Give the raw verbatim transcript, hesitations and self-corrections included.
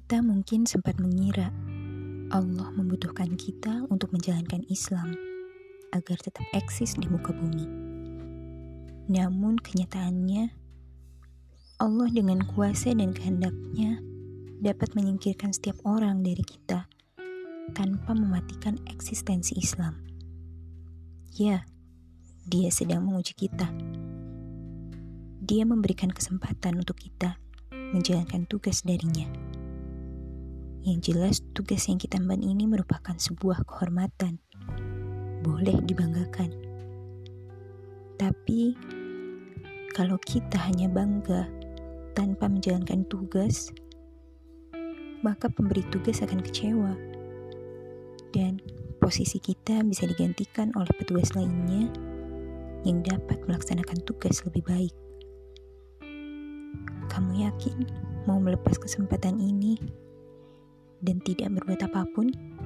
Kita mungkin sempat mengira Allah membutuhkan kita untuk menjalankan Islam agar tetap eksis di muka bumi. Namun kenyataannya, Allah dengan kuasa dan kehendaknya dapat menyingkirkan setiap orang dari kita tanpa mematikan eksistensi Islam. Ya, Dia sedang menguji kita. Dia memberikan kesempatan untuk kita menjalankan tugas darinya. Yang jelas tugas yang kita emban ini merupakan sebuah kehormatan. Boleh dibanggakan. Tapi, kalau kita hanya bangga tanpa menjalankan tugas, maka pemberi tugas akan kecewa. Dan posisi kita bisa digantikan oleh petugas lainnya yang dapat melaksanakan tugas lebih baik. Kamu yakin mau melepas kesempatan ini dan tidak berbuat apapun?